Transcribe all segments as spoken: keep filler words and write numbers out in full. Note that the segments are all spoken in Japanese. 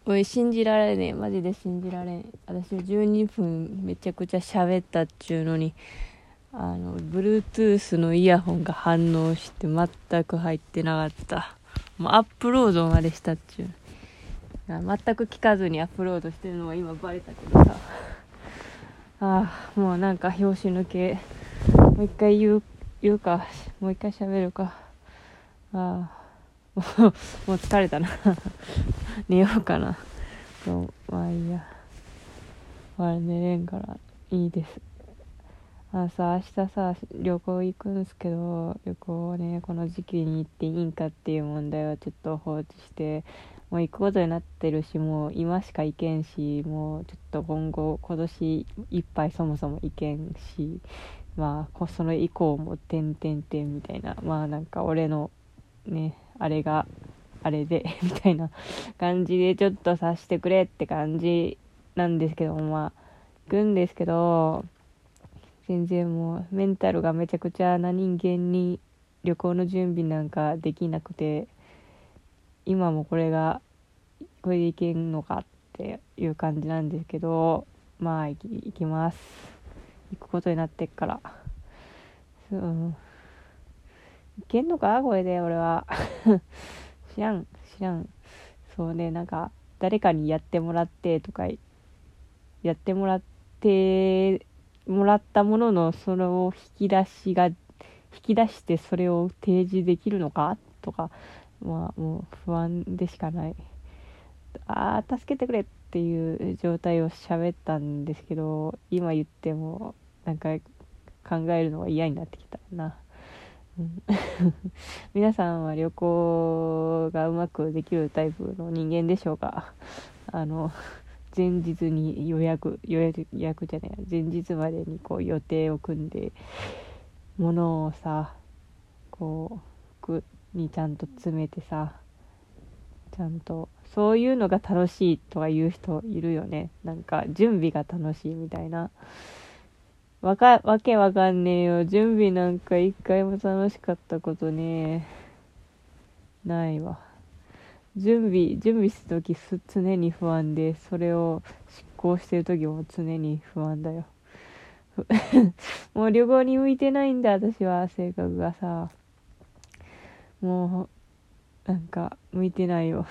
おい信じられねえ、マジで信じられん。私はじゅうにふんめちゃくちゃ喋ったっちゅうのに、あの Bluetooth のイヤホンが反応して全く入ってなかった。もうアップロードまでしたっちゅう。全く聞かずにアップロードしてるのが今バレたけどさ、ああもうなんか拍子抜け、もう一回言う言うか、もう一回喋るか。ああもうもう疲れたな寝ようかな。そうまあいいや、まあ寝れんからいいです。あのさ、明日さ旅行行くんですけど、旅行をねこの時期に行っていいんかっていう問題はちょっと放置して、もう行くことになってるし、もう今しか行けんし、もうちょっと今後今年いっぱいそもそも行けんし、まあその以降も点々点みたいな、まあなんか俺のねあれがあれでみたいな感じでちょっとさしてくれって感じなんですけど、まあ行くんですけど、全然もうメンタルがめちゃくちゃな人間に旅行の準備なんかできなくて、今もこれがこれでいけんのかっていう感じなんですけど、まあ行き、行きます。行くことになってっから、うん、いけんのかこれで俺は知らん知らん。そうね、なんか誰かにやってもらってとかやってもらってもらったものの、それを引き出しが引き出してそれを提示できるのかとか、まあもう不安でしかない。あー助けてくれっていう状態を喋ったんですけど、今言ってもなんか考えるのが嫌になってきたな。うん、皆さんは旅行がうまくできるタイプの人間でしょうか。あの前日に予約予約予約じゃない前日までにこう予定を組んで物をさこう服にちゃんと詰めてさ、ちゃんとそういうのが楽しいとか言う人いるよね。なんか準備が楽しいみたいな。わかわけわかんねえよ。準備なんか一回も楽しかったことねないわ。準備準備するときす常に不安で、それを執行してるときも常に不安だよもう旅行に向いてないんだ私は、性格がさ、もうなんか向いてないよ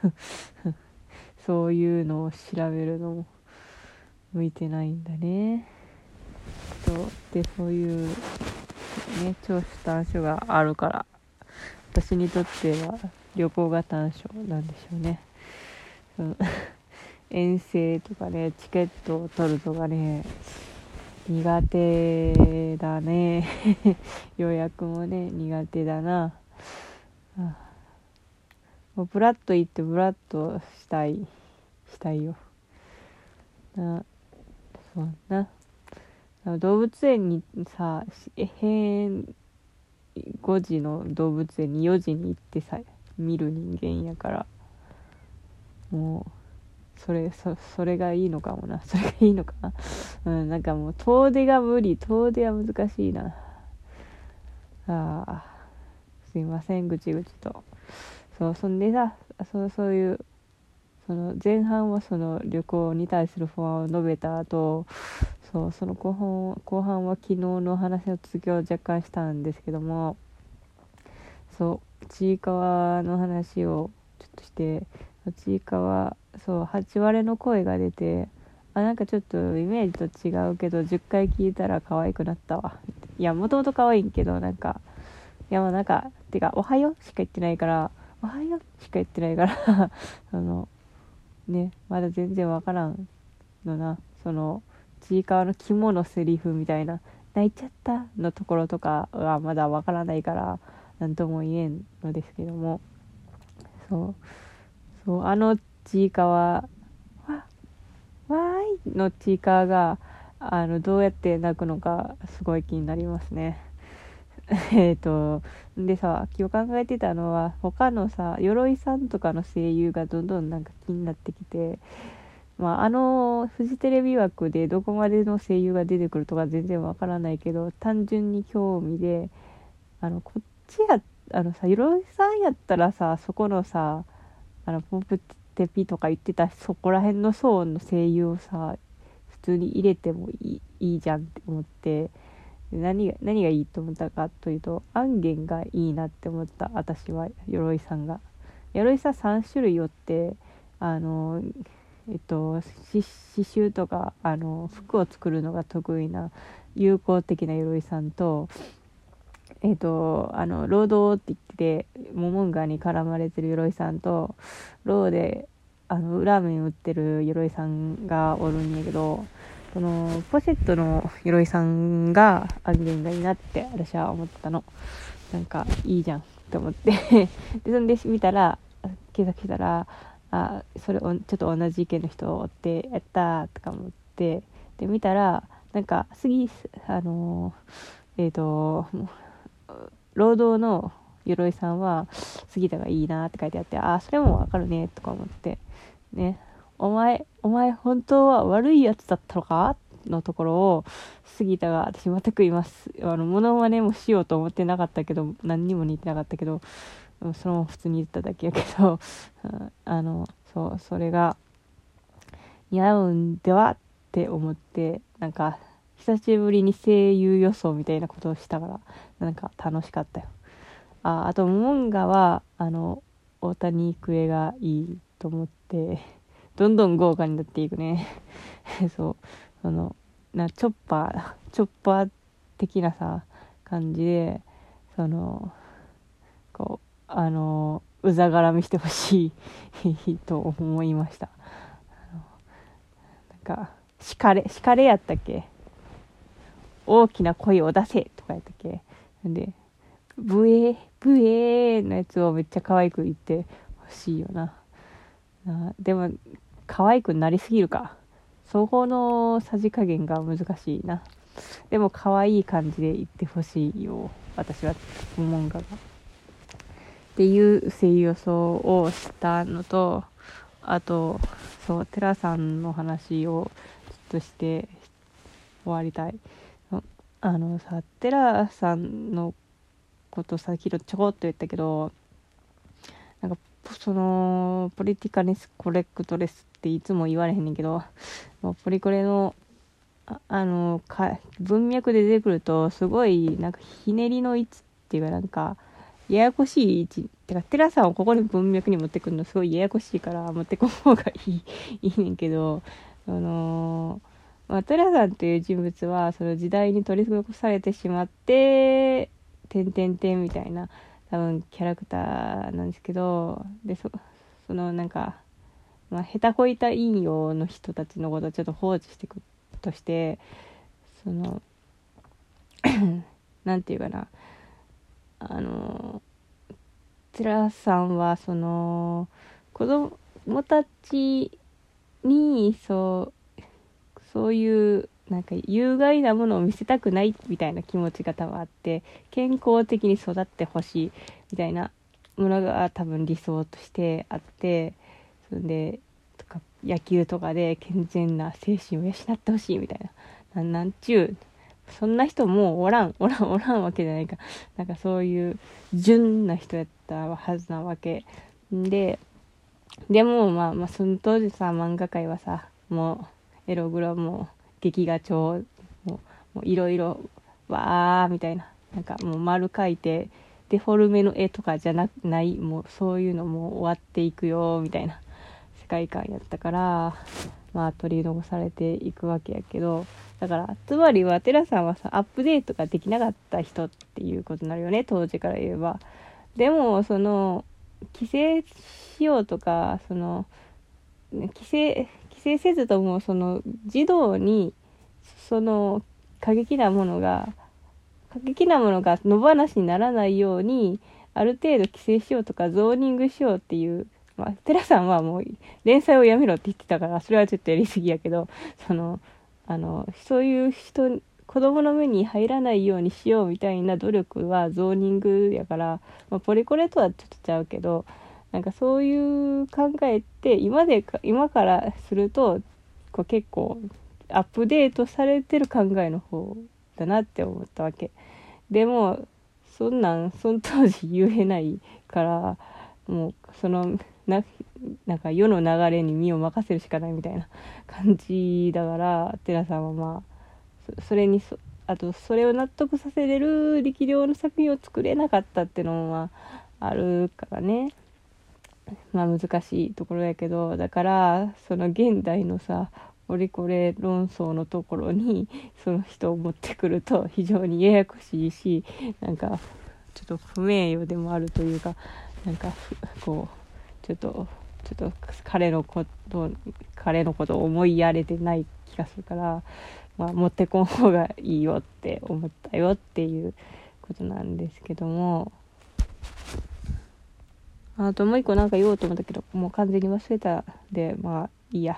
そういうのを調べるのも向いてないんだね。そうで、そういうね長所短所があるから、私にとっては旅行が短所なんでしょうね。その遠征とかね、チケットを取るとかね、苦手だね予約もね苦手だな。あもうブラッと行ってブラッとしたいしたいよな。そうな、動物園にさ、閉園ごじの動物園によじに行ってさ見る人間やから、もうそれそそれがいいのかもな。それがいいのかな。うんなんかもう遠出が無理、遠出は難しいな。ああすいませんぐちぐちと。そうそんでさ、そうそういうその前半はその旅行に対する不安を述べた後、そうその後半後半は昨日の話の続きを若干したんですけども、そうちいかわの話をちょっとして、ちいかわそうはち割れの声が出て、あなんかちょっとイメージと違うけどじゅっかい聞いたら可愛くなったわ。いやもともと可愛いんけど、なんかいやまあなんかてかおはようしか言ってないから、おはようしか言ってないからあのねまだ全然わからんのな。そのちいかわの肝のセリフみたいな泣いちゃったのところとかはまだわからないからなんとも言えんのですけども、そうそうあのちいかわわわーいのちいかわがあのどうやって泣くのかすごい気になりますねえっとでさ、今日考えてたのは他のさ鎧さんとかの声優がどんどんなんか気になってきて、まあ、あのフジテレビ枠でどこまでの声優が出てくるとか全然わからないけど、単純に興味で、あのこっちやあのさ鎧さんやったらさ、そこのさあのポンプテピとか言ってたそこら辺の層の声優をさ普通に入れてもいい、いいじゃんって思って、何が何がいいと思ったかというと、アンゲンがいいなって思った。私は鎧さんが鎧さんさん種類よって、あのえっと刺繍とかあの服を作るのが得意な友好的な鎧さんと、えっとあの労働って言ってモモンガに絡まれてる鎧さんと、ローであのラーメン売ってる鎧さんがおるんやけど、そのポシェットの鎧さんがアンゲンがいいなって私は思ったの。なんかいいじゃんって思ってでそんで見たら検索したら、あそれちょっと同じ意見の人を追ってやったーとか思って、で見たらなんか次あのー、えっ、ー、と労働の鎧さんは杉田がいいなって書いてあって、あそれもわかるねとか思ってね、お前お前本当は悪いやつだったのかのところを杉田が、私全くいますあのモノマネもしようと思ってなかったけど、何にも似てなかったけど、そのまま普通に言っただけやけどあのそうそれが似合うんではって思って、なんか久しぶりに声優予想みたいなことをしたからなんか楽しかったよ。ああとモモンガはあの大谷育恵がいいと思って、どんどん豪華になっていくねそうそのなチョッパーチョッパー的なさ感じで、そのこうあのうざがらみしてほしいと思いました。なんかシカレシカレやったっけ、大きな声を出せとかやったっけ、でブエーブエーのやつをめっちゃ可愛く言ってほしいよな。なでも可愛くなりすぎるか、そこのさじ加減が難しいな。でも可愛い感じで言ってほしいよ私はモモンガがっていう声優予想をしたのと、あとそうテラさんの話をちょっとして終わりたい。あのさテラさんのことさっきちょこっと言ったけど、なんかそのポリティカネスコレクトレスっていつも言われへんねんけど、ポリコレの あ, あのか文脈で出てくるとすごいなんかひねりの位置っていうか、なんかややこしい位置てかテラさんをここに文脈に持ってくるのすごいややこしいから持ってこん方がいいいいねんけど、あのまあ、テラさんっていう人物はその時代に取り残されてしまっててんてんてんみたいな多分キャラクターなんですけど、で そ, そのなんか、まあ、下手こいた陰陽の人たちのことをちょっと放置していくとして、そのなんていうかな、あのテラさんはその子供たちにそうそういうなんか有害なものを見せたくないみたいな気持ちが多分あって、健康的に育ってほしいみたいなものが多分理想としてあって、それでとか野球とかで健全な精神を養ってほしいみたいな、ななんちゅうそんな人もうおらんおらんおらんわけじゃないか、なんかそういう純な人やったはずなわけで、でもまあまあその当時さ漫画界はさもうエログラも劇画調もういろいろわーみたいな、なんかもう丸描いてデフォルメの絵とかじゃなない、もうそういうのも終わっていくよみたいな世界観やったから、まあ取り残されていくわけやけど、だからつまりはテラさんはさアップデートができなかった人っていうことになるよね、当時から言えば。でもその規制しようとか、その規制規制せずともその児童にその過激なものが過激なものが野放しにならないようにある程度規制しようとかゾーニングしようっていう、まあ、テラさんはもう連載をやめろって言ってたからそれはちょっとやりすぎやけど、そのあのそういう人子供の目に入らないようにしようみたいな努力はゾーニングやから、まあ、ポリコレとはちょっとちゃうけど、なんかそういう考えって今でか今からするとこう結構アップデートされてる考えの方だなって思ったわけ。でもそんなんその当時言えないから、もうそのななんか世の流れに身を任せるしかないみたいな感じだから、寺さんはまあ そ, それにそあとそれを納得させれる力量の作品を作れなかったっていうのもまああるからね、まあ難しいところやけど、だからその現代のさオリコレ論争のところにその人を持ってくると非常にややこしいし、なんかちょっと不名誉でもあるというか、なんかこうちょっとちょっと彼のこと彼のことを思いやれてない気がするから、まあ、持ってこん方がいいよって思ったよっていうことなんですけども、あともう一個なんか言おうと思ったけどもう完全に忘れたで、まあいいや。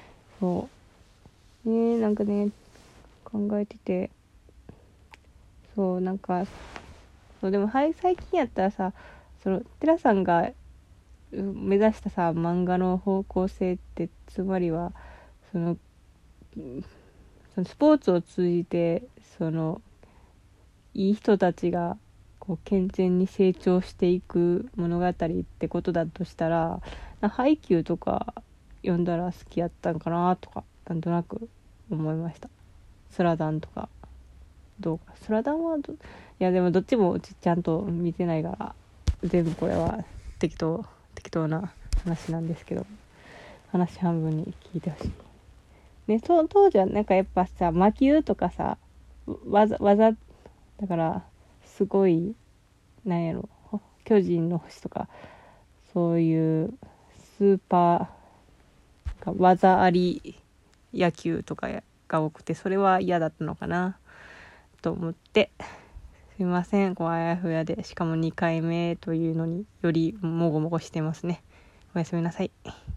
そうね、なんかね考えてて、そうなんかそうでもはい最近やったらさ、その寺さんが目指したさ漫画の方向性ってつまりはそのそのスポーツを通じてそのいい人たちがこう健全に成長していく物語ってことだとしたら、ハイキューとか読んだら好きやったんかなとかなんとなく思いました。スラダンとかどうか、スラダンはどいやでもどっちもちゃんと見てないから全部これは適当適当な話なんですけど、話半分に聞いてほしいね。そ当時はなんかやっぱさ魔球とかさ技技だからすごいなんやろ巨人の星とかそういうスーパー技あり野球とかが多くて、それは嫌だったのかなと思って、すいません、こうあやふやでしかもにかいめというのによりもごもごしてますね。おやすみなさい。